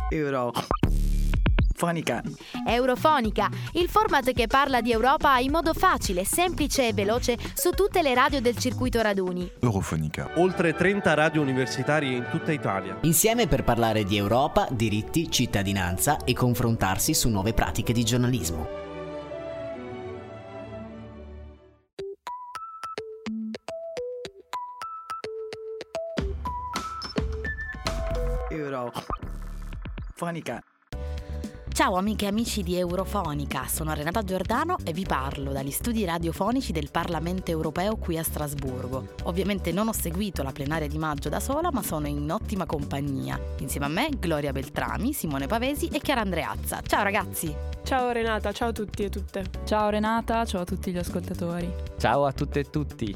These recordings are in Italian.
Eurofonica. Eurofonica, il format che parla di Europa in modo facile, semplice e veloce su tutte le radio del circuito raduni. Eurofonica. Oltre 30 radio universitarie in tutta Italia. Insieme per parlare di Europa, diritti, cittadinanza e confrontarsi su nuove pratiche di giornalismo. Eurofonica. Ciao amiche e amici di Eurofonica, sono Renata Giordano e vi parlo dagli studi radiofonici del Parlamento Europeo qui a Strasburgo. Ovviamente non ho seguito la plenaria di maggio da sola, ma sono in ottima compagnia. Insieme a me Gloria Beltrami, Simone Pavesi e Chiara Andreazza. Ciao ragazzi! Ciao Renata, ciao a tutti e tutte. Ciao Renata, ciao a tutti gli ascoltatori. Ciao a tutte e tutti.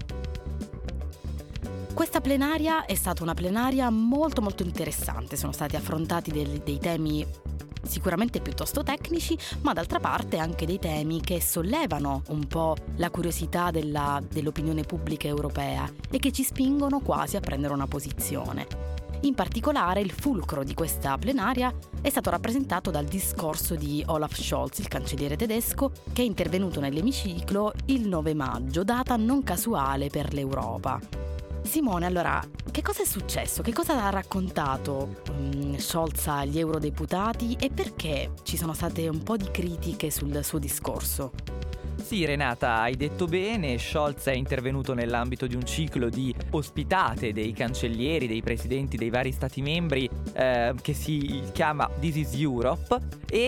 Questa plenaria è stata una plenaria molto interessante, sono stati affrontati dei temi sicuramente piuttosto tecnici, ma d'altra parte anche dei temi che sollevano un po' la curiosità dell'opinione pubblica europea e che ci spingono quasi a prendere una posizione. In particolare il fulcro di questa plenaria è stato rappresentato dal discorso di Olaf Scholz, il cancelliere tedesco, che è intervenuto nell'emiciclo il 9 maggio, data non casuale per l'Europa. Simone, allora, che cosa è successo? Che cosa ha raccontato Scholz agli eurodeputati e perché ci sono state un po' di critiche sul suo discorso? Sì Renata, hai detto bene, Scholz è intervenuto nell'ambito di un ciclo di ospitate dei cancellieri, dei presidenti dei vari stati membri che si chiama This is Europe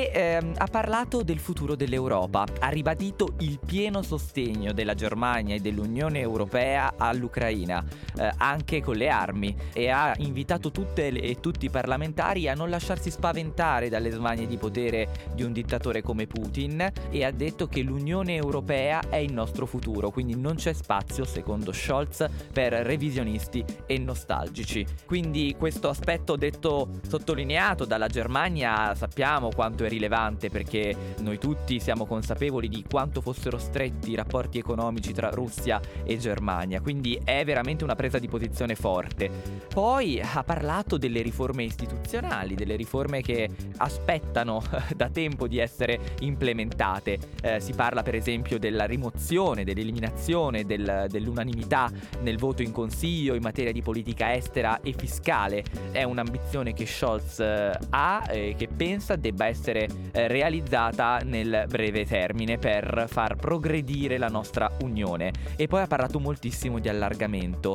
e ha parlato del futuro dell'Europa, ha ribadito il pieno sostegno della Germania e dell'Unione Europea all'Ucraina, anche con le armi, e ha invitato tutte e tutti i parlamentari a non lasciarsi spaventare dalle smanie di potere di un dittatore come Putin e ha detto che l'Unione Europea è il nostro futuro, quindi non c'è spazio, secondo Scholz, per revisionisti e nostalgici. Quindi questo aspetto sottolineato dalla Germania sappiamo quanto è rilevante, perché noi tutti siamo consapevoli di quanto fossero stretti i rapporti economici tra Russia e Germania, quindi è veramente una presa di posizione forte. Poi ha parlato delle riforme istituzionali, delle riforme che aspettano da tempo di essere implementate. Si parla per esempio della rimozione, dell'eliminazione dell'unanimità nel voto in Consiglio in materia di politica estera e fiscale. È un'ambizione che Scholz ha e che pensa debba essere realizzata nel breve termine per far progredire la nostra Unione. E poi ha parlato moltissimo di allargamento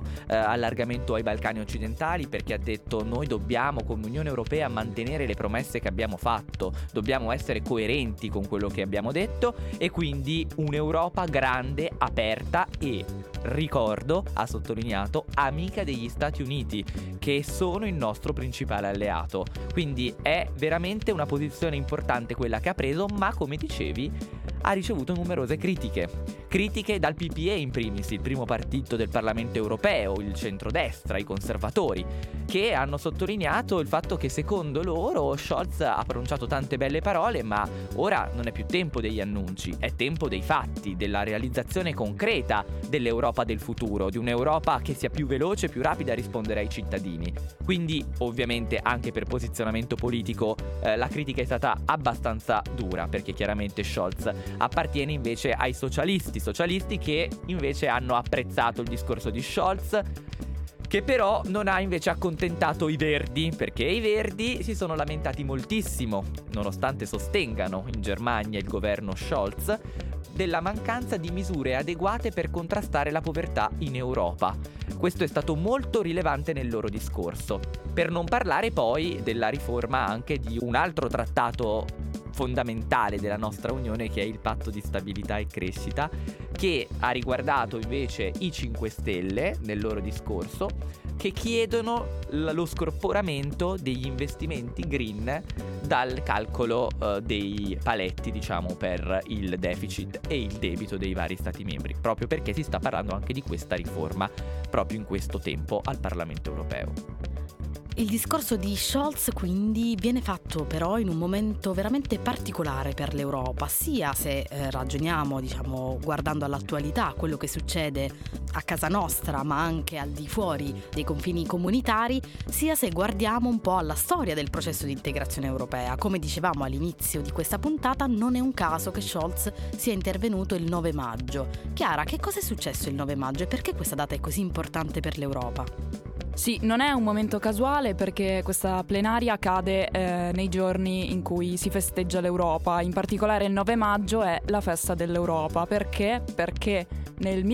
ai Balcani occidentali, perché ha detto noi dobbiamo come Unione Europea mantenere le promesse che abbiamo fatto, dobbiamo essere coerenti con quello che abbiamo detto e quindi un'Europa grande, aperta e, ricordo, ha sottolineato, amica degli Stati Uniti, che sono il nostro principale alleato. Quindi è veramente una posizione importante quella che ha preso, ma come dicevi ha ricevuto numerose critiche dal PPE in primis, il primo partito del Parlamento Europeo, il centrodestra, i conservatori, che hanno sottolineato il fatto che secondo loro Scholz ha pronunciato tante belle parole, ma ora non è più tempo degli annunci, è tempo dei fatti, della realizzazione concreta dell'Europa del futuro, di un'Europa che sia più veloce, più rapida a rispondere ai cittadini. Quindi ovviamente anche per posizionamento politico la critica è stata abbastanza dura, perché chiaramente Scholz appartiene invece ai socialisti che invece hanno apprezzato il discorso di Scholz, che però non ha invece accontentato i Verdi, perché i Verdi si sono lamentati moltissimo, nonostante sostengano in Germania il governo Scholz, della mancanza di misure adeguate per contrastare la povertà in Europa. Questo è stato molto rilevante nel loro discorso. Per non parlare poi della riforma anche di un altro trattato fondamentale della nostra Unione, che è il Patto di stabilità e crescita, che ha riguardato invece i 5 Stelle nel loro discorso, che chiedono lo scorporamento degli investimenti green dal calcolo dei paletti, diciamo, per il deficit e il debito dei vari stati membri, proprio perché si sta parlando anche di questa riforma proprio in questo tempo al Parlamento europeo. Il discorso di Scholz quindi viene fatto però in un momento veramente particolare per l'Europa, sia se ragioniamo guardando all'attualità, quello che succede a casa nostra ma anche al di fuori dei confini comunitari, sia se guardiamo un po' alla storia del processo di integrazione europea. Come dicevamo all'inizio di questa puntata, non è un caso che Scholz sia intervenuto il 9 maggio. Chiara, che cosa è successo il 9 maggio e perché questa data è così importante per l'Europa? Sì, non è un momento casuale perché questa plenaria cade nei giorni in cui si festeggia l'Europa. In particolare il 9 maggio è la festa dell'Europa. Perché? Perché nel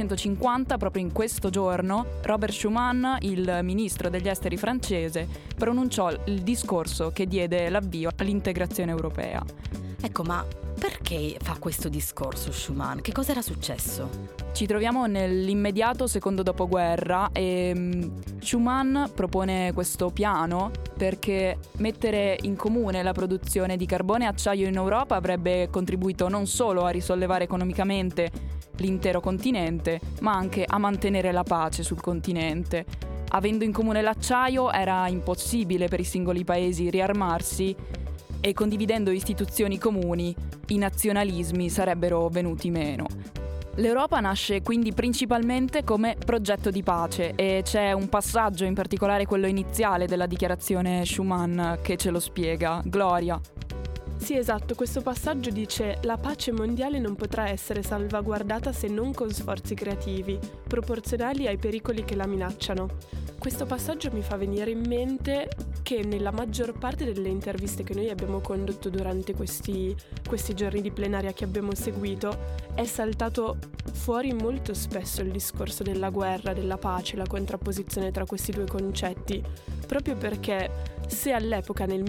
1950, proprio in questo giorno, Robert Schuman, il ministro degli esteri francese, pronunciò il discorso che diede l'avvio all'integrazione europea. Ecco, ma perché fa questo discorso Schuman? Che cosa era successo? Ci troviamo nell'immediato secondo dopoguerra e Schuman propone questo piano perché mettere in comune la produzione di carbone e acciaio in Europa avrebbe contribuito non solo a risollevare economicamente l'intero continente, ma anche a mantenere la pace sul continente. Avendo in comune l'acciaio era impossibile per i singoli paesi riarmarsi e condividendo istituzioni comuni i nazionalismi sarebbero venuti meno. L'Europa nasce quindi principalmente come progetto di pace e c'è un passaggio, in particolare quello iniziale della dichiarazione Schuman, che ce lo spiega. Gloria. Sì, esatto, questo passaggio dice: la pace mondiale non potrà essere salvaguardata se non con sforzi creativi, proporzionali ai pericoli che la minacciano. Questo passaggio mi fa venire in mente che nella maggior parte delle interviste che noi abbiamo condotto durante questi giorni di plenaria che abbiamo seguito è saltato fuori molto spesso il discorso della guerra, della pace, la contrapposizione tra questi due concetti, proprio perché se all'epoca nel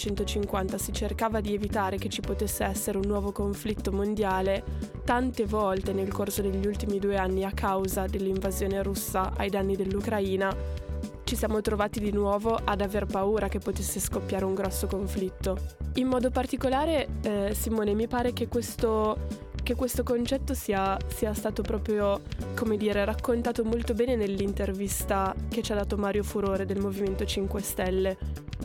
1950 si cercava di evitare che ci potesse essere un nuovo conflitto mondiale, tante volte nel corso degli ultimi 2 anni a causa dell'invasione russa ai danni dell'Ucraina ci siamo trovati di nuovo ad aver paura che potesse scoppiare un grosso conflitto. In modo particolare, Simone, mi pare che questo concetto sia stato proprio, come dire, raccontato molto bene nell'intervista che ci ha dato Mario Furore del Movimento 5 Stelle.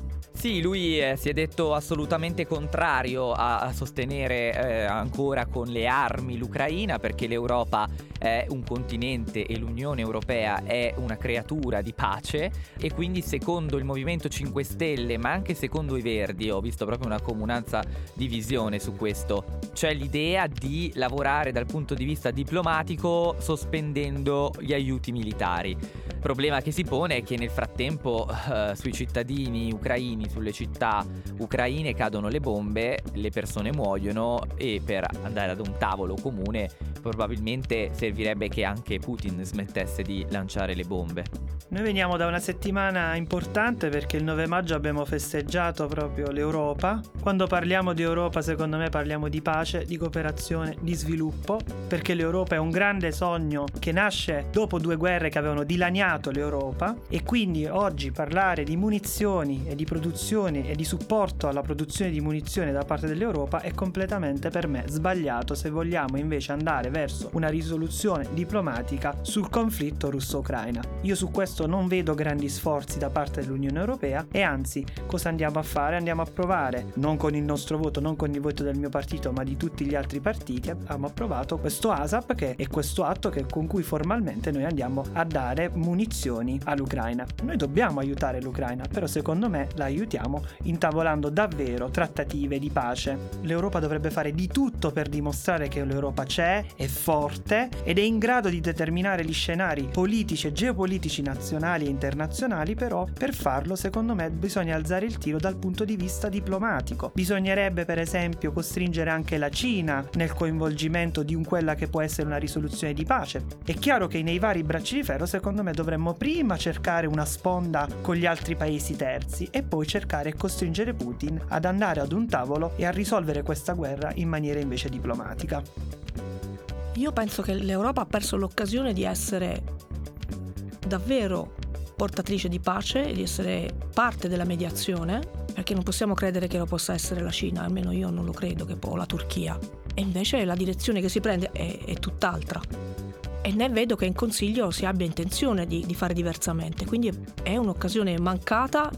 Sì, lui si è detto assolutamente contrario a sostenere ancora con le armi l'Ucraina, perché l'Europa è un continente e l'Unione Europea è una creatura di pace, e quindi secondo il Movimento 5 Stelle, ma anche secondo i Verdi, ho visto proprio una comunanza di visione su questo, c'è l'idea di lavorare dal punto di vista diplomatico sospendendo gli aiuti militari. Il problema che si pone è che nel frattempo sui cittadini ucraini, sulle città ucraine cadono le bombe, le persone muoiono, e per andare ad un tavolo comune probabilmente servirebbe che anche Putin smettesse di lanciare le bombe. Noi veniamo da una settimana importante perché il 9 maggio abbiamo festeggiato proprio l'Europa. Quando parliamo di Europa, secondo me parliamo di pace, di cooperazione, di sviluppo, perché l'Europa è un grande sogno che nasce dopo 2 guerre che avevano dilaniato l'Europa, e quindi oggi parlare di munizioni e di produzione e di supporto alla produzione di munizioni da parte dell'Europa è completamente, per me, sbagliato se vogliamo invece andare verso una risoluzione diplomatica sul conflitto russo-ucraina. Io su questo non vedo grandi sforzi da parte dell'Unione Europea, e anzi, cosa andiamo a fare? Andiamo a provare, non con il nostro voto, non con il voto del mio partito, ma di tutti gli altri partiti, abbiamo approvato questo ASAP, che è questo atto con cui formalmente noi andiamo a dare munizioni all'Ucraina. Noi dobbiamo aiutare l'Ucraina, però secondo me la aiutiamo intavolando davvero trattative di pace. L'Europa dovrebbe fare di tutto per dimostrare che l'Europa c'è, è forte ed è in grado di determinare gli scenari politici e geopolitici nazionali e internazionali, però per farlo secondo me bisogna alzare il tiro dal punto di vista diplomatico. Bisognerebbe per esempio costringere anche la Cina nel coinvolgimento di quella che può essere una risoluzione di pace. È chiaro che nei vari bracci di ferro secondo me dovremmo prima cercare una sponda con gli altri paesi terzi e poi cercare e costringere Putin ad andare ad un tavolo e a risolvere questa guerra in maniera invece diplomatica. Io penso che l'Europa ha perso l'occasione di essere davvero portatrice di pace e di essere parte della mediazione, perché non possiamo credere che lo possa essere la Cina, almeno io non lo credo, che può la Turchia, e invece la direzione che si prende è tutt'altra. e né vedo che in Consiglio si abbia intenzione di fare diversamente, quindi è un'occasione mancata.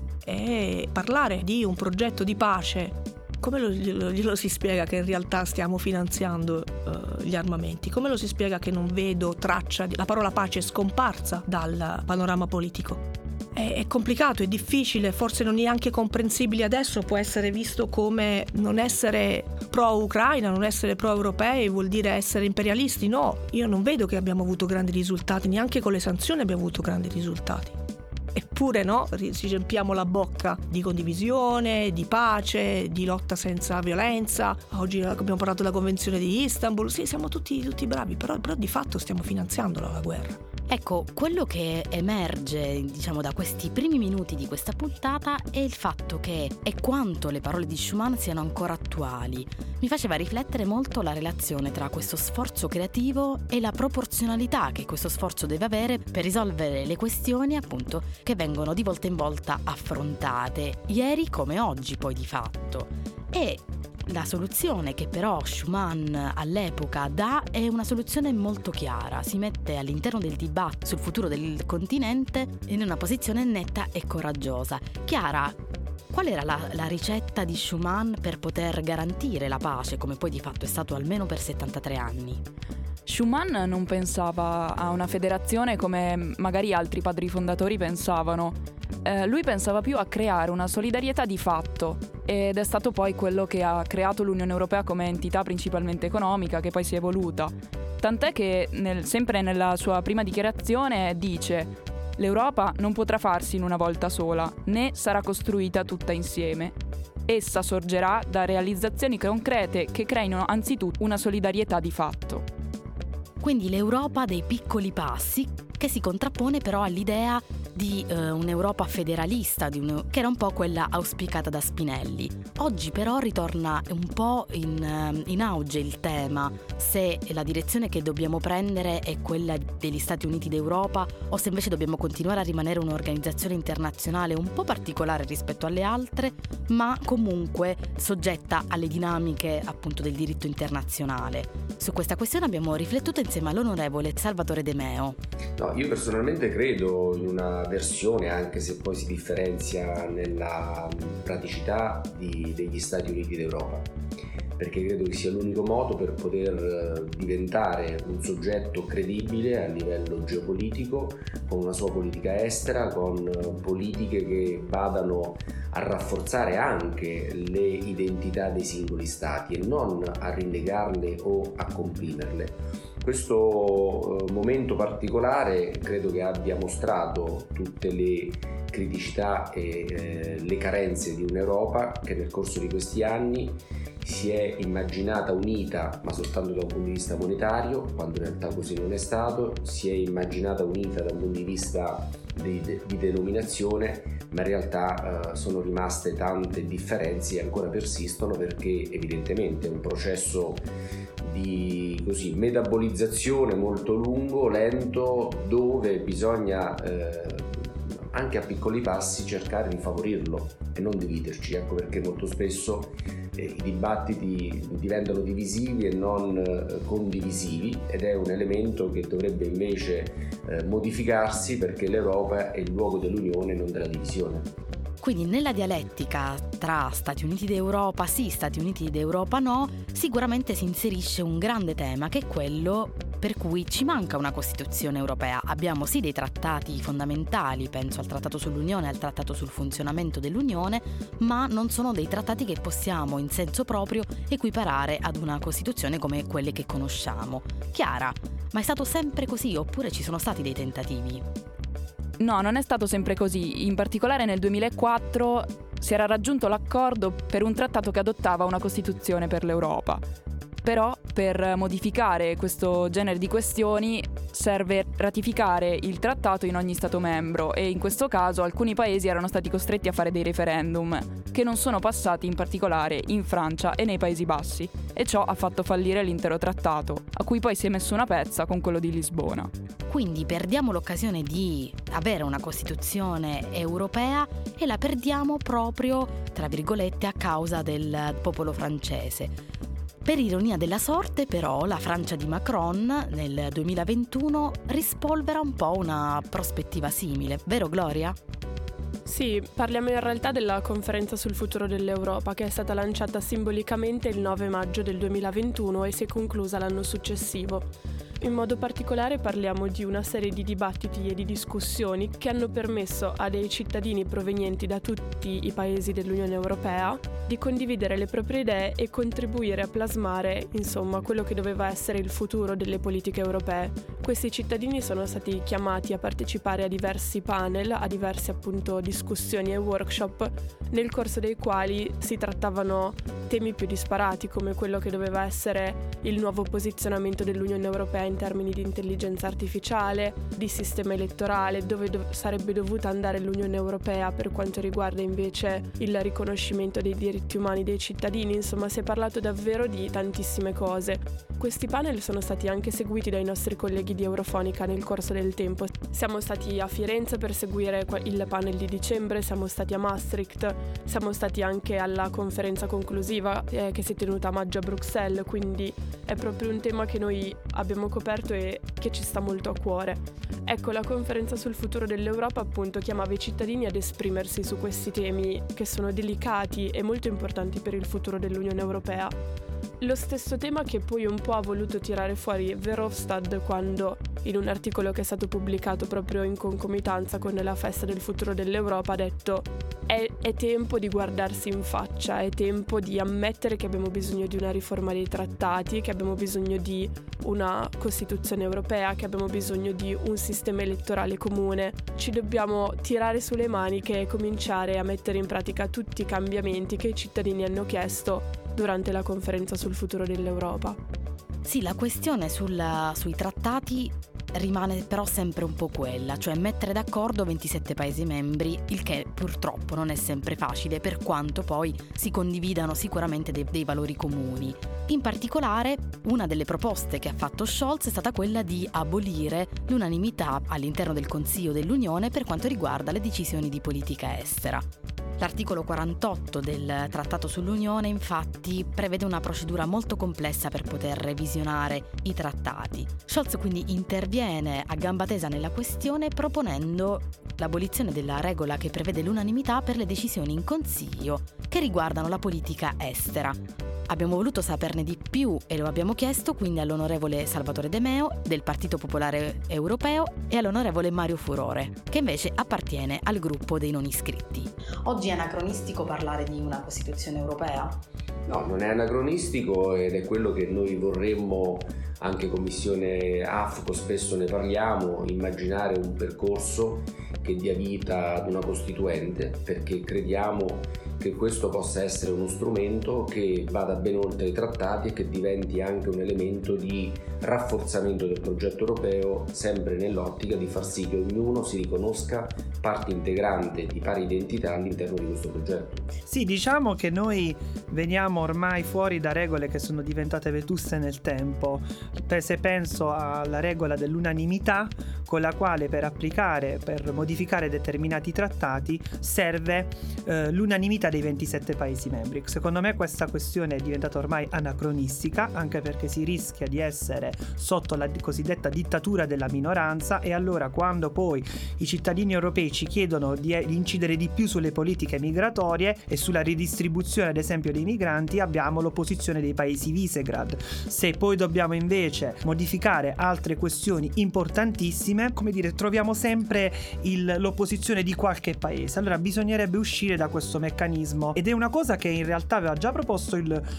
E parlare di un progetto di pace, come glielo si spiega che in realtà stiamo finanziando gli armamenti? Come lo si spiega che non vedo traccia la parola pace è scomparsa dal panorama politico? È complicato, è difficile, forse non neanche comprensibile adesso, può essere visto come non essere pro-Ucraina, non essere pro-europei vuol dire essere imperialisti. No, io non vedo che abbiamo avuto grandi risultati, neanche con le sanzioni abbiamo avuto grandi risultati. Eppure no, ci riempiamo la bocca di condivisione, di pace, di lotta senza violenza. Oggi abbiamo parlato della Convenzione di Istanbul, sì, siamo tutti bravi, però di fatto stiamo finanziandola la guerra. Ecco, quello che emerge, da questi primi minuti di questa puntata è il fatto che è quanto le parole di Schuman siano ancora attuali. Mi faceva riflettere molto la relazione tra questo sforzo creativo e la proporzionalità che questo sforzo deve avere per risolvere le questioni, appunto, che vengono di volta in volta affrontate, ieri come oggi poi di fatto. E la soluzione che però Schuman all'epoca dà è una soluzione molto chiara, si mette all'interno del dibattito sul futuro del continente in una posizione netta e coraggiosa. Chiara, qual era la ricetta di Schuman per poter garantire la pace, come poi di fatto è stato almeno per 73 anni? Schuman non pensava a una federazione come magari altri padri fondatori pensavano. Lui pensava più a creare una solidarietà di fatto, ed è stato poi quello che ha creato l'Unione Europea come entità principalmente economica, che poi si è evoluta. Tant'è che sempre nella sua prima dichiarazione dice: l'Europa non potrà farsi in una volta sola, né sarà costruita tutta insieme. Essa sorgerà da realizzazioni concrete che creino anzitutto una solidarietà di fatto. Quindi l'Europa dei piccoli passi, che si contrappone però all'idea di un'Europa federalista, che era un po' quella auspicata da Spinelli. Oggi però ritorna un po' in auge il tema se la direzione che dobbiamo prendere è quella degli Stati Uniti d'Europa o se invece dobbiamo continuare a rimanere un'organizzazione internazionale un po' particolare rispetto alle altre, ma comunque soggetta alle dinamiche appunto del diritto internazionale. Su questa questione abbiamo riflettuto insieme all'onorevole Salvatore De Meo. No, io personalmente credo in una versione, anche se poi si differenzia nella praticità degli Stati Uniti d'Europa, perché credo che sia l'unico modo per poter diventare un soggetto credibile a livello geopolitico, con una sua politica estera, con politiche che vadano a rafforzare anche le identità dei singoli stati e non a rinnegarle o a comprimerle. Questo momento particolare credo che abbia mostrato tutte le criticità e le carenze di un'Europa che nel corso di questi anni si è immaginata unita, ma soltanto da un punto di vista monetario, quando in realtà così non è stato, si è immaginata unita da un punto di vista di denominazione, ma in realtà sono rimaste tante differenze e ancora persistono, perché evidentemente è un processo di metabolizzazione molto lungo, lento, dove bisogna anche a piccoli passi cercare di favorirlo e non dividerci. Ecco perché molto spesso i dibattiti diventano divisivi e non condivisivi, ed è un elemento che dovrebbe invece modificarsi, perché l'Europa è il luogo dell'unione, non della divisione. Quindi nella dialettica tra Stati Uniti d'Europa sì, Stati Uniti d'Europa no, sicuramente si inserisce un grande tema, che è quello per cui ci manca una Costituzione europea. Abbiamo sì dei trattati fondamentali, penso al Trattato sull'Unione, al Trattato sul funzionamento dell'Unione, ma non sono dei trattati che possiamo in senso proprio equiparare ad una Costituzione come quelle che conosciamo. Chiara, ma è stato sempre così oppure ci sono stati dei tentativi? No, non è stato sempre così. In particolare nel 2004 si era raggiunto l'accordo per un trattato che adottava una Costituzione per l'Europa. Però per modificare questo genere di questioni serve ratificare il trattato in ogni Stato membro, e in questo caso alcuni paesi erano stati costretti a fare dei referendum che non sono passati, in particolare in Francia e nei Paesi Bassi, e ciò ha fatto fallire l'intero trattato, a cui poi si è messo una pezza con quello di Lisbona. Quindi perdiamo l'occasione di avere una Costituzione europea e la perdiamo proprio, tra virgolette, a causa del popolo francese. Per ironia della sorte, però, la Francia di Macron nel 2021 rispolvera un po' una prospettiva simile, vero Gloria? Sì, parliamo in realtà della conferenza sul futuro dell'Europa, che è stata lanciata simbolicamente il 9 maggio del 2021 e si è conclusa l'anno successivo. In modo particolare parliamo di una serie di dibattiti e di discussioni che hanno permesso a dei cittadini provenienti da tutti i paesi dell'Unione Europea di condividere le proprie idee e contribuire a plasmare, insomma, quello che doveva essere il futuro delle politiche europee. Questi cittadini sono stati chiamati a partecipare a diversi panel, a diverse appunto discussioni e workshop, nel corso dei quali si trattavano temi più disparati, come quello che doveva essere il nuovo posizionamento dell'Unione Europea in termini di intelligenza artificiale, di sistema elettorale, dove sarebbe dovuta andare l'Unione Europea per quanto riguarda invece il riconoscimento dei diritti umani dei cittadini. Insomma, si è parlato davvero di tantissime cose. Questi panel sono stati anche seguiti dai nostri colleghi di Eurofonica nel corso del tempo. Siamo stati a Firenze per seguire il panel di dicembre, siamo stati a Maastricht, siamo stati anche alla conferenza conclusiva che si è tenuta a maggio a Bruxelles, quindi è proprio un tema che noi abbiamo coperto e che ci sta molto a cuore. Ecco, la conferenza sul futuro dell'Europa appunto chiamava i cittadini ad esprimersi su questi temi che sono delicati e molto importanti per il futuro dell'Unione Europea. Lo stesso tema che poi un po' ha voluto tirare fuori Verhofstadt quando, in un articolo che è stato pubblicato proprio in concomitanza con la festa del futuro dell'Europa, ha detto è tempo di guardarsi in faccia, è tempo di ammettere che abbiamo bisogno di una riforma dei trattati, che abbiamo bisogno di una Costituzione europea, che abbiamo bisogno di un sistema elettorale comune. Ci dobbiamo tirare sulle maniche e cominciare a mettere in pratica tutti i cambiamenti che i cittadini hanno chiesto durante la conferenza sul futuro dell'Europa. Sì, la questione sui trattati rimane però sempre un po' quella, cioè mettere d'accordo 27 Paesi membri, il che purtroppo non è sempre facile, per quanto poi si condividano sicuramente dei valori comuni. In particolare, una delle proposte che ha fatto Scholz è stata quella di abolire l'unanimità all'interno del Consiglio dell'Unione per quanto riguarda le decisioni di politica estera. L'articolo 48 del Trattato sull'Unione infatti prevede una procedura molto complessa per poter revisionare i trattati. Scholz quindi interviene a gamba tesa nella questione proponendo l'abolizione della regola che prevede l'unanimità per le decisioni in Consiglio che riguardano la politica estera. Abbiamo voluto saperne di più e lo abbiamo chiesto quindi all'onorevole Salvatore De Meo del Partito Popolare Europeo e all'onorevole Mario Furore, che invece appartiene al gruppo dei non iscritti. Oggi è anacronistico parlare di una Costituzione europea? No, non è anacronistico ed è quello che noi vorremmo, anche Commissione AFCO spesso ne parliamo, immaginare un percorso che dia vita ad una Costituente, perché crediamo che questo possa essere uno strumento che vada ben oltre i trattati e che diventi anche un elemento di rafforzamento del progetto europeo, sempre nell'ottica di far sì che ognuno si riconosca parte integrante di pari identità all'interno di questo progetto. Sì, diciamo che noi veniamo ormai fuori da regole che sono diventate vetuste nel tempo. Se penso alla regola dell'unanimità, con la quale per modificare determinati trattati serve l'unanimità dei 27 Paesi membri. Secondo me questa questione è diventata ormai anacronistica, anche perché si rischia di essere sotto la cosiddetta dittatura della minoranza, e allora quando poi i cittadini europei ci chiedono di incidere di più sulle politiche migratorie e sulla ridistribuzione ad esempio dei migranti, abbiamo l'opposizione dei Paesi Visegrad. Se poi dobbiamo invece modificare altre questioni importantissime, come dire, troviamo sempre l'opposizione di qualche paese. Allora bisognerebbe uscire da questo meccanismo, ed è una cosa che in realtà aveva già proposto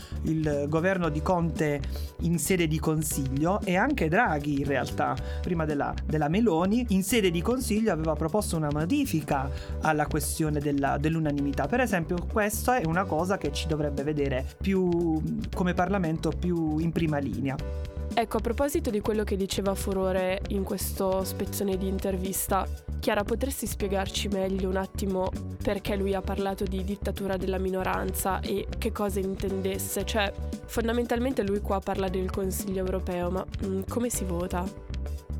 il governo di Conte in sede di Consiglio, e anche Draghi in realtà prima della Meloni in sede di Consiglio aveva proposto una modifica alla questione dell'unanimità. Per esempio, questa è una cosa che ci dovrebbe vedere più come Parlamento più in prima linea. Ecco, a proposito di quello che diceva Furore in questo spezzone di intervista, Chiara, potresti spiegarci meglio un attimo perché lui ha parlato di dittatura della minoranza e che cosa intendesse? Cioè, fondamentalmente lui qua parla del Consiglio europeo, ma come si vota?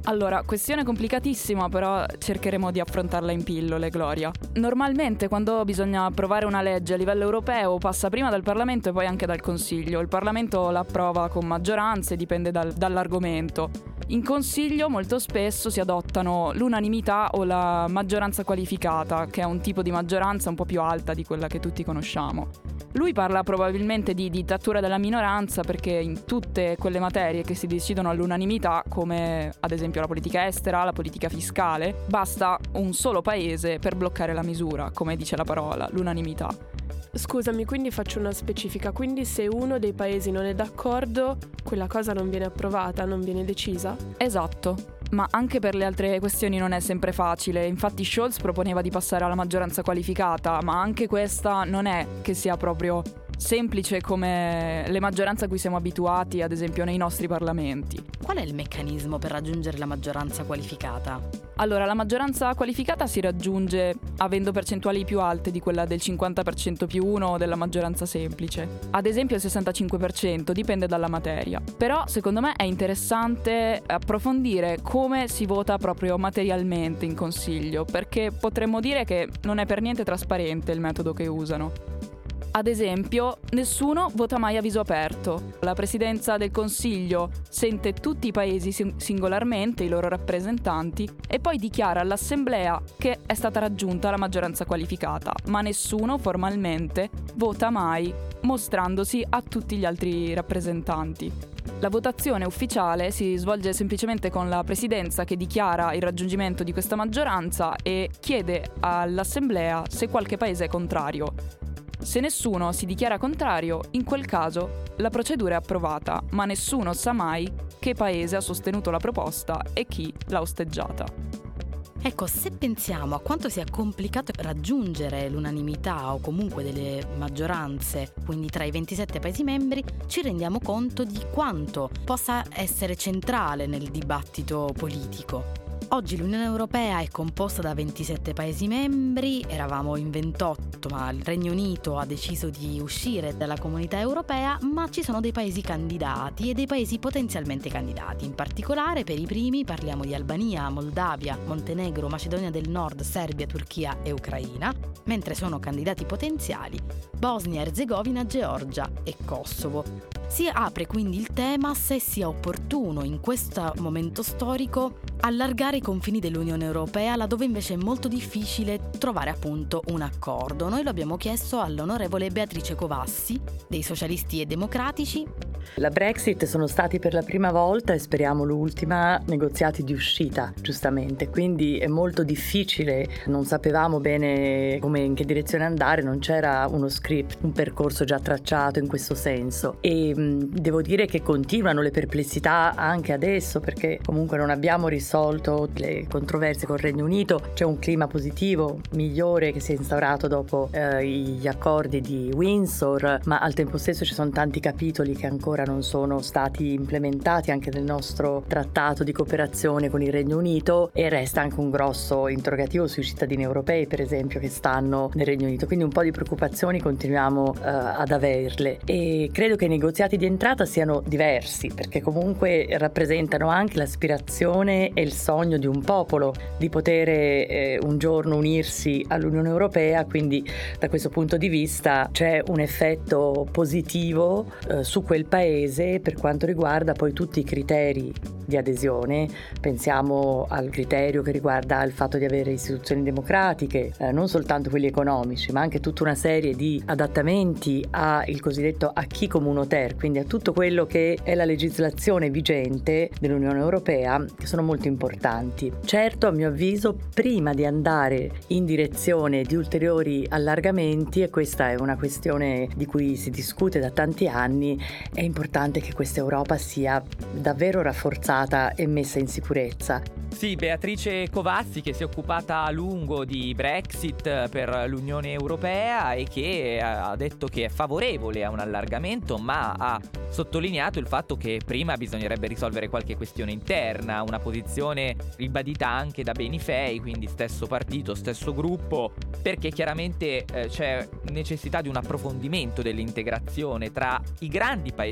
Allora, questione complicatissima, però cercheremo di affrontarla in pillole, Gloria. Normalmente quando bisogna approvare una legge a livello europeo passa prima dal Parlamento e poi anche dal Consiglio. Il Parlamento la approva con maggioranze, dipende dall'argomento. In Consiglio molto spesso si adottano l'unanimità o la maggioranza qualificata, che è un tipo di maggioranza un po' più alta di quella che tutti conosciamo. Lui parla probabilmente di dittatura della minoranza perché in tutte quelle materie che si decidono all'unanimità, come ad esempio la politica estera, la politica fiscale, basta un solo paese per bloccare la misura, come dice la parola, l'unanimità. Scusami, quindi faccio una specifica. Quindi se uno dei paesi non è d'accordo, quella cosa non viene approvata, non viene decisa? Esatto. Ma anche per le altre questioni non è sempre facile. Infatti Scholz proponeva di passare alla maggioranza qualificata, ma anche questa non è che sia proprio semplice come le maggioranze a cui siamo abituati, ad esempio nei nostri parlamenti. Qual è il meccanismo per raggiungere la maggioranza qualificata? Allora, la maggioranza qualificata si raggiunge avendo percentuali più alte di quella del 50% più 1 della maggioranza semplice. Ad esempio il 65%, dipende dalla materia. Però secondo me è interessante approfondire come si vota proprio materialmente in Consiglio, perché potremmo dire che non è per niente trasparente il metodo che usano. Ad esempio, nessuno vota mai a viso aperto. La Presidenza del Consiglio sente tutti i paesi singolarmente, i loro rappresentanti, e poi dichiara all'Assemblea che è stata raggiunta la maggioranza qualificata, ma nessuno formalmente vota mai mostrandosi a tutti gli altri rappresentanti. La votazione ufficiale si svolge semplicemente con la Presidenza che dichiara il raggiungimento di questa maggioranza e chiede all'Assemblea se qualche paese è contrario. Se nessuno si dichiara contrario, in quel caso la procedura è approvata, ma nessuno sa mai che paese ha sostenuto la proposta e chi l'ha osteggiata. Ecco, se pensiamo a quanto sia complicato raggiungere l'unanimità o comunque delle maggioranze, quindi tra i 27 Paesi membri, ci rendiamo conto di quanto possa essere centrale nel dibattito politico. Oggi l'Unione Europea è composta da 27 Paesi membri, eravamo in 28, ma il Regno Unito ha deciso di uscire dalla Comunità Europea, ma ci sono dei Paesi candidati e dei Paesi potenzialmente candidati. In particolare per i primi parliamo di Albania, Moldavia, Montenegro, Macedonia del Nord, Serbia, Turchia e Ucraina, mentre sono candidati potenziali Bosnia, Erzegovina, Georgia e Kosovo. Si apre quindi il tema se sia opportuno in questo momento storico allargare i confini dell'Unione Europea laddove invece è molto difficile trovare appunto un accordo. Noi lo abbiamo chiesto all'onorevole Beatrice Covassi dei Socialisti e Democratici. La Brexit sono stati per la prima volta, e speriamo l'ultima, negoziati di uscita, giustamente, quindi è molto difficile, non sapevamo bene in che direzione andare, non c'era uno script, un percorso già tracciato in questo senso e devo dire che continuano le perplessità anche adesso perché comunque non abbiamo risolto le controversie col Regno Unito, c'è un clima positivo, migliore che si è instaurato dopo gli accordi di Windsor, ma al tempo stesso ci sono tanti capitoli che ancora non sono stati implementati anche nel nostro trattato di cooperazione con il Regno Unito e resta anche un grosso interrogativo sui cittadini europei per esempio che stanno nel Regno Unito, quindi un po' di preoccupazioni continuiamo ad averle e credo che i negoziati di entrata siano diversi perché comunque rappresentano anche l'aspirazione e il sogno di un popolo di poter un giorno unirsi all'Unione Europea, quindi da questo punto di vista c'è un effetto positivo su quel paese per quanto riguarda poi tutti i criteri di adesione. Pensiamo al criterio che riguarda il fatto di avere istituzioni democratiche, non soltanto quelli economici, ma anche tutta una serie di adattamenti al cosiddetto acquis communautaire, quindi a tutto quello che è la legislazione vigente dell'Unione Europea, che sono molto importanti. Certo, a mio avviso, prima di andare in direzione di ulteriori allargamenti, e questa è una questione di cui si discute da tanti anni, è importante che questa Europa sia davvero rafforzata e messa in sicurezza. Sì, Beatrice Covassi che si è occupata a lungo di Brexit per l'Unione Europea e che ha detto che è favorevole a un allargamento, ma ha sottolineato il fatto che prima bisognerebbe risolvere qualche questione interna, una posizione ribadita anche da Benifei, quindi stesso partito, stesso gruppo, perché chiaramente c'è necessità di un approfondimento dell'integrazione tra i grandi paesi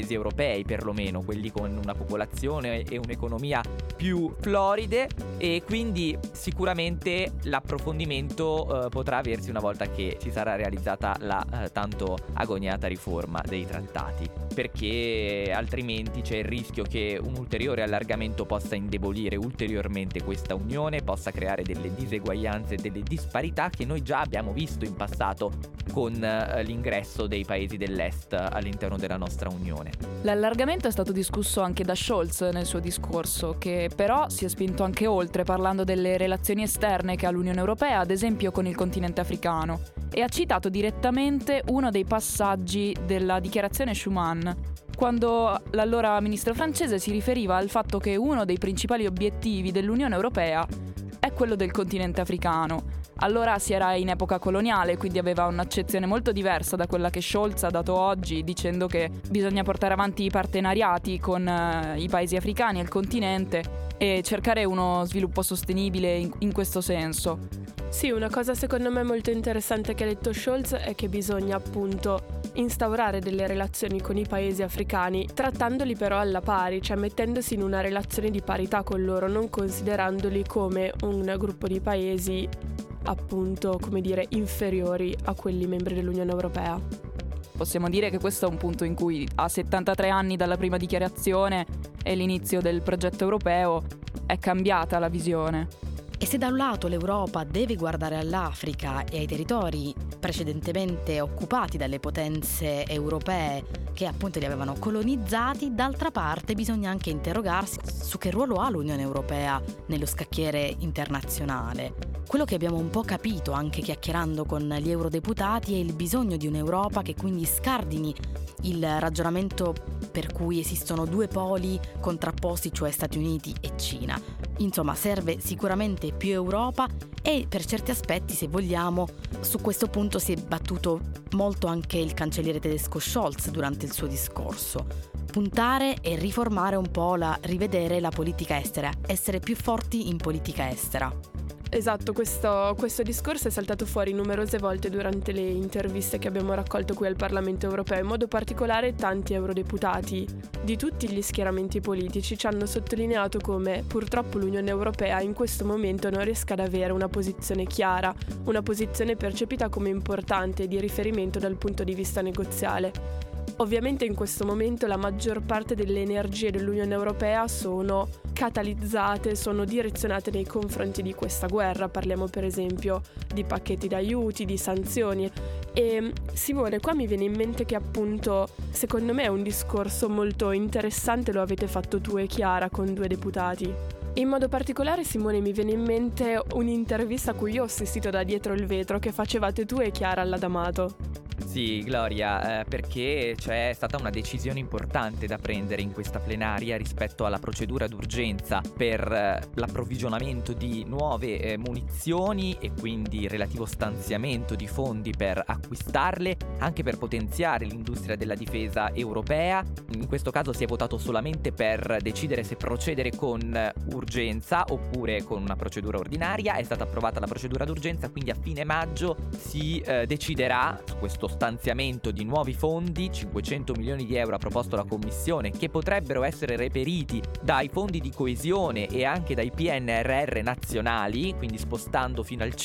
paesi europei, perlomeno quelli con una popolazione e un'economia più floride, e quindi sicuramente l'approfondimento potrà aversi una volta che si sarà realizzata la tanto agoniata riforma dei trattati, perché altrimenti c'è il rischio che un ulteriore allargamento possa indebolire ulteriormente questa unione, possa creare delle diseguaglianze e delle disparità che noi già abbiamo visto in passato con l'ingresso dei paesi dell'est all'interno della nostra unione. L'allargamento è stato discusso anche da Scholz nel suo discorso, che però si è spinto anche oltre, parlando delle relazioni esterne che ha l'Unione Europea, ad esempio con il continente africano, e ha citato direttamente uno dei passaggi della dichiarazione Schuman, quando l'allora ministro francese si riferiva al fatto che uno dei principali obiettivi dell'Unione Europea è quello del continente africano. Allora si era in epoca coloniale, quindi aveva un'accezione molto diversa da quella che Scholz ha dato oggi, dicendo che bisogna portare avanti i partenariati con i paesi africani e il continente e cercare uno sviluppo sostenibile in questo senso. Sì, una cosa secondo me molto interessante che ha detto Scholz è che bisogna appunto instaurare delle relazioni con i paesi africani, trattandoli però alla pari, cioè mettendosi in una relazione di parità con loro, non considerandoli come un gruppo di paesi appunto, come dire, inferiori a quelli membri dell'Unione Europea. Possiamo dire che questo è un punto in cui a 73 anni dalla prima dichiarazione e l'inizio del progetto europeo è cambiata la visione. E se da un lato l'Europa deve guardare all'Africa e ai territori precedentemente occupati dalle potenze europee che appunto li avevano colonizzati, d'altra parte bisogna anche interrogarsi su che ruolo ha l'Unione Europea nello scacchiere internazionale. Quello che abbiamo un po' capito anche chiacchierando con gli eurodeputati è il bisogno di un'Europa che quindi scardini il ragionamento per cui esistono due poli contrapposti, cioè Stati Uniti e Cina. Insomma, serve sicuramente più Europa e per certi aspetti, se vogliamo, su questo punto si è battuto molto anche il cancelliere tedesco Scholz durante il suo discorso. Puntare e riformare un po' rivedere la politica estera, essere più forti in politica estera. Esatto, questo discorso è saltato fuori numerose volte durante le interviste che abbiamo raccolto qui al Parlamento Europeo. In modo particolare tanti eurodeputati di tutti gli schieramenti politici ci hanno sottolineato come purtroppo l'Unione Europea in questo momento non riesca ad avere una posizione chiara, una posizione percepita come importante e di riferimento dal punto di vista negoziale. Ovviamente in questo momento la maggior parte delle energie dell'Unione Europea sono catalizzate, sono direzionate nei confronti di questa guerra. Parliamo per esempio di pacchetti d'aiuti, di sanzioni. E Simone, qua mi viene in mente che appunto secondo me è un discorso molto interessante, lo avete fatto tu e Chiara con due deputati. In modo particolare, Simone, mi viene in mente un'intervista a cui io ho assistito da dietro il vetro che facevate tu e Chiara alla D'Amato. Sì, Gloria, perché c'è stata una decisione importante da prendere in questa plenaria rispetto alla procedura d'urgenza per l'approvvigionamento di nuove munizioni e quindi il relativo stanziamento di fondi per acquistarle, anche per potenziare l'industria della difesa europea. In questo caso si è votato solamente per decidere se procedere con urgenza oppure con una procedura ordinaria. È stata approvata la procedura d'urgenza, quindi a fine maggio si deciderà su questo stanziamento di nuovi fondi. 500 milioni di euro ha proposto la Commissione, che potrebbero essere reperiti dai fondi di coesione e anche dai PNRR nazionali, quindi spostando fino al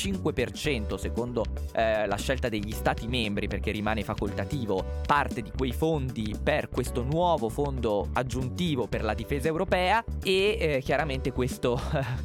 5% secondo la scelta degli Stati membri, perché rimane facoltativo, parte di quei fondi per questo nuovo fondo aggiuntivo per la difesa europea. E chiaramente questo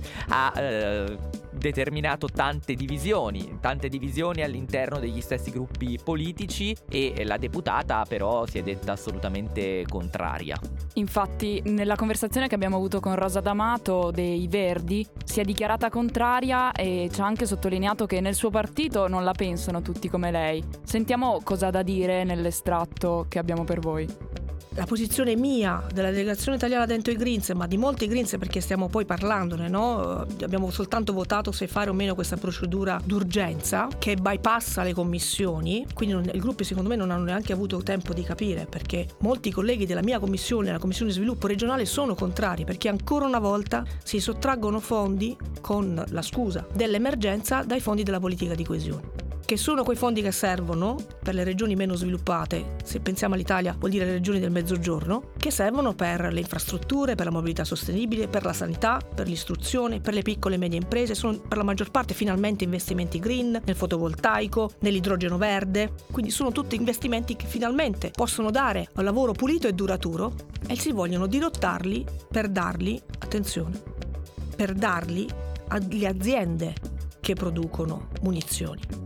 ha determinato tante divisioni all'interno degli stessi gruppi politici, e la deputata però si è detta assolutamente contraria. Infatti nella conversazione che abbiamo avuto con Rosa D'Amato dei Verdi si è dichiarata contraria e ci ha anche sottolineato che nel suo partito non la pensano tutti come lei. Sentiamo cosa ha da dire nell'estratto che abbiamo per voi. La posizione mia, della delegazione italiana dentro i Greens, ma di molti Greens, perché stiamo poi parlandone, no? Abbiamo soltanto votato se fare o meno questa procedura d'urgenza che bypassa le commissioni, quindi i gruppi secondo me non hanno neanche avuto tempo di capire, perché molti colleghi della mia commissione, la Commissione Sviluppo Regionale, sono contrari, perché ancora una volta si sottraggono fondi con la scusa dell'emergenza dai fondi della politica di coesione. che sono quei fondi che servono per le regioni meno sviluppate, se pensiamo all'Italia vuol dire le regioni del Mezzogiorno, che servono per le infrastrutture, per la mobilità sostenibile, per la sanità, per l'istruzione, per le piccole e medie imprese, sono per la maggior parte finalmente investimenti green, nel fotovoltaico, nell'idrogeno verde, quindi sono tutti investimenti che finalmente possono dare un lavoro pulito e duraturo e si vogliono dirottarli per darli, attenzione, per darli alle aziende che producono munizioni.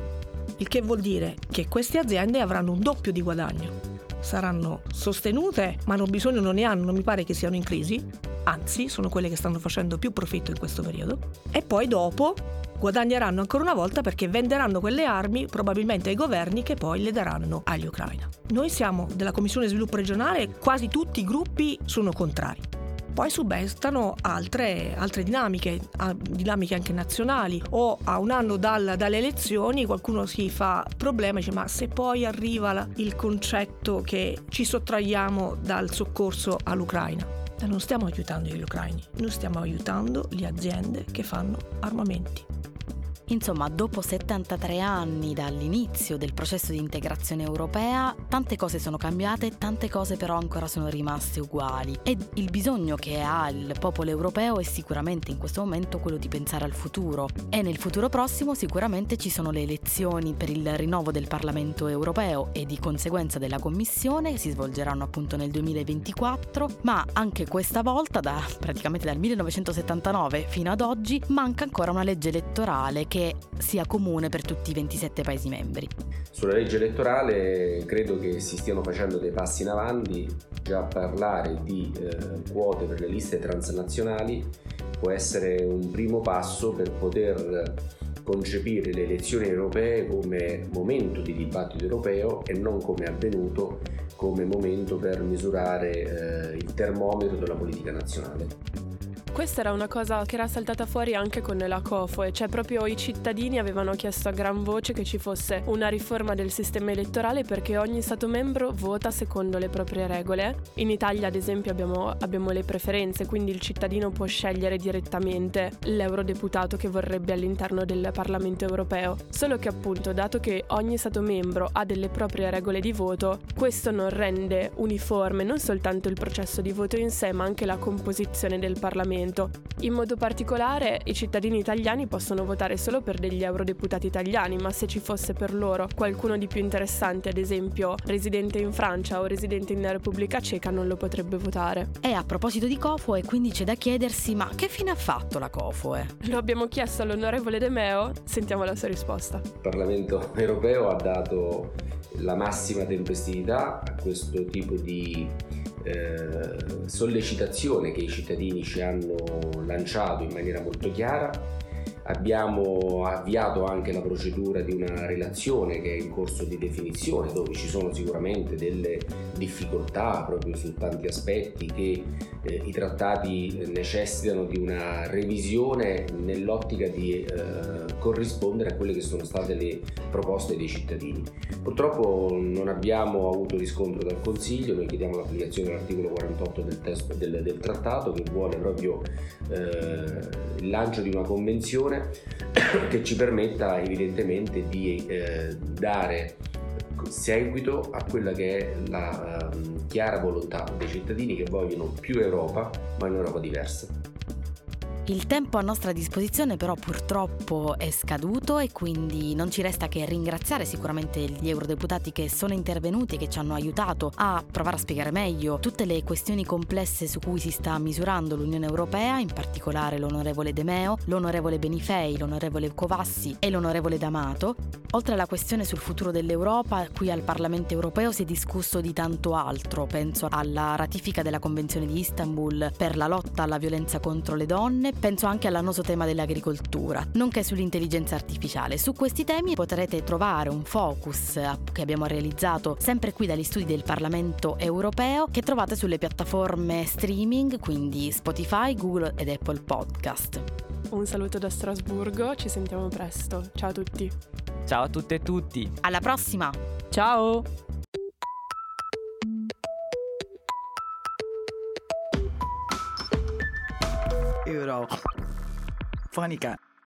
Il che vuol dire che queste aziende avranno un doppio di guadagno. Saranno sostenute, ma bisogno non ne hanno, non mi pare che siano in crisi, anzi sono quelle che stanno facendo più profitto in questo periodo, e poi dopo guadagneranno ancora una volta perché venderanno quelle armi probabilmente ai governi che poi le daranno agli ucraini. Noi siamo della Commissione Sviluppo Regionale, quasi tutti i gruppi sono contrari. Poi subentrano altre dinamiche anche nazionali, o a un anno dalle elezioni qualcuno si fa problema e dice ma se poi arriva il concetto che ci sottraiamo dal soccorso all'Ucraina. Non stiamo aiutando gli ucraini, noi stiamo aiutando le aziende che fanno armamenti. Insomma, dopo 73 anni dall'inizio del processo di integrazione europea, tante cose sono cambiate, tante cose però ancora sono rimaste uguali. E il bisogno che ha il popolo europeo è sicuramente in questo momento quello di pensare al futuro. E nel futuro prossimo sicuramente ci sono le elezioni per il rinnovo del Parlamento europeo e di conseguenza della Commissione, che si svolgeranno appunto nel 2024, ma anche questa volta, praticamente dal 1979 fino ad oggi, manca ancora una legge elettorale che sia comune per tutti i 27 Paesi membri. Sulla legge elettorale credo che si stiano facendo dei passi in avanti. Già parlare di quote per le liste transnazionali può essere un primo passo per poter concepire le elezioni europee come momento di dibattito europeo e non come avvenuto come momento per misurare il termometro della politica nazionale. Questa era una cosa che era saltata fuori anche con la COFOE, cioè proprio i cittadini avevano chiesto a gran voce che ci fosse una riforma del sistema elettorale perché ogni Stato membro vota secondo le proprie regole. In Italia, ad esempio, abbiamo le preferenze, quindi il cittadino può scegliere direttamente l'eurodeputato che vorrebbe all'interno del Parlamento europeo. Solo che appunto, dato che ogni Stato membro ha delle proprie regole di voto, questo non rende uniforme non soltanto il processo di voto in sé, ma anche la composizione del Parlamento. In modo particolare i cittadini italiani possono votare solo per degli eurodeputati italiani, ma se ci fosse per loro qualcuno di più interessante, ad esempio residente in Francia o residente in Repubblica Ceca, non lo potrebbe votare. E a proposito di COFOE, quindi c'è da chiedersi ma che fine ha fatto la COFOE? Lo abbiamo chiesto all'onorevole De Meo, sentiamo la sua risposta. Il Parlamento europeo ha dato la massima tempestività a questo tipo di sollecitazione che i cittadini ci hanno lanciato in maniera molto chiara. Abbiamo avviato anche la procedura di una relazione che è in corso di definizione, dove ci sono sicuramente delle difficoltà proprio su tanti aspetti che i trattati necessitano di una revisione nell'ottica di corrispondere a quelle che sono state le proposte dei cittadini. Purtroppo non abbiamo avuto riscontro dal Consiglio. Noi chiediamo l'applicazione dell'articolo 48 del testo del trattato, che vuole proprio il lancio di una convenzione che ci permetta evidentemente di dare seguito a quella che è la chiara volontà dei cittadini che vogliono più Europa, ma un'Europa diversa. Il tempo a nostra disposizione però purtroppo è scaduto e quindi non ci resta che ringraziare sicuramente gli eurodeputati che sono intervenuti e che ci hanno aiutato a provare a spiegare meglio tutte le questioni complesse su cui si sta misurando l'Unione Europea, in particolare l'onorevole De Meo, l'onorevole Benifei, l'onorevole Covassi e l'onorevole D'Amato. Oltre alla questione sul futuro dell'Europa, qui al Parlamento Europeo si è discusso di tanto altro. Penso alla ratifica della Convenzione di Istanbul per la lotta alla violenza contro le donne, penso anche all'annoso tema dell'agricoltura, nonché sull'intelligenza artificiale. Su questi temi potrete trovare un focus che abbiamo realizzato sempre qui dagli studi del Parlamento Europeo, che trovate sulle piattaforme streaming, quindi Spotify, Google ed Apple Podcast. Un saluto da Strasburgo, ci sentiamo presto. Ciao a tutti. Ciao a tutte e tutti. Alla prossima. Ciao. Eurofonica.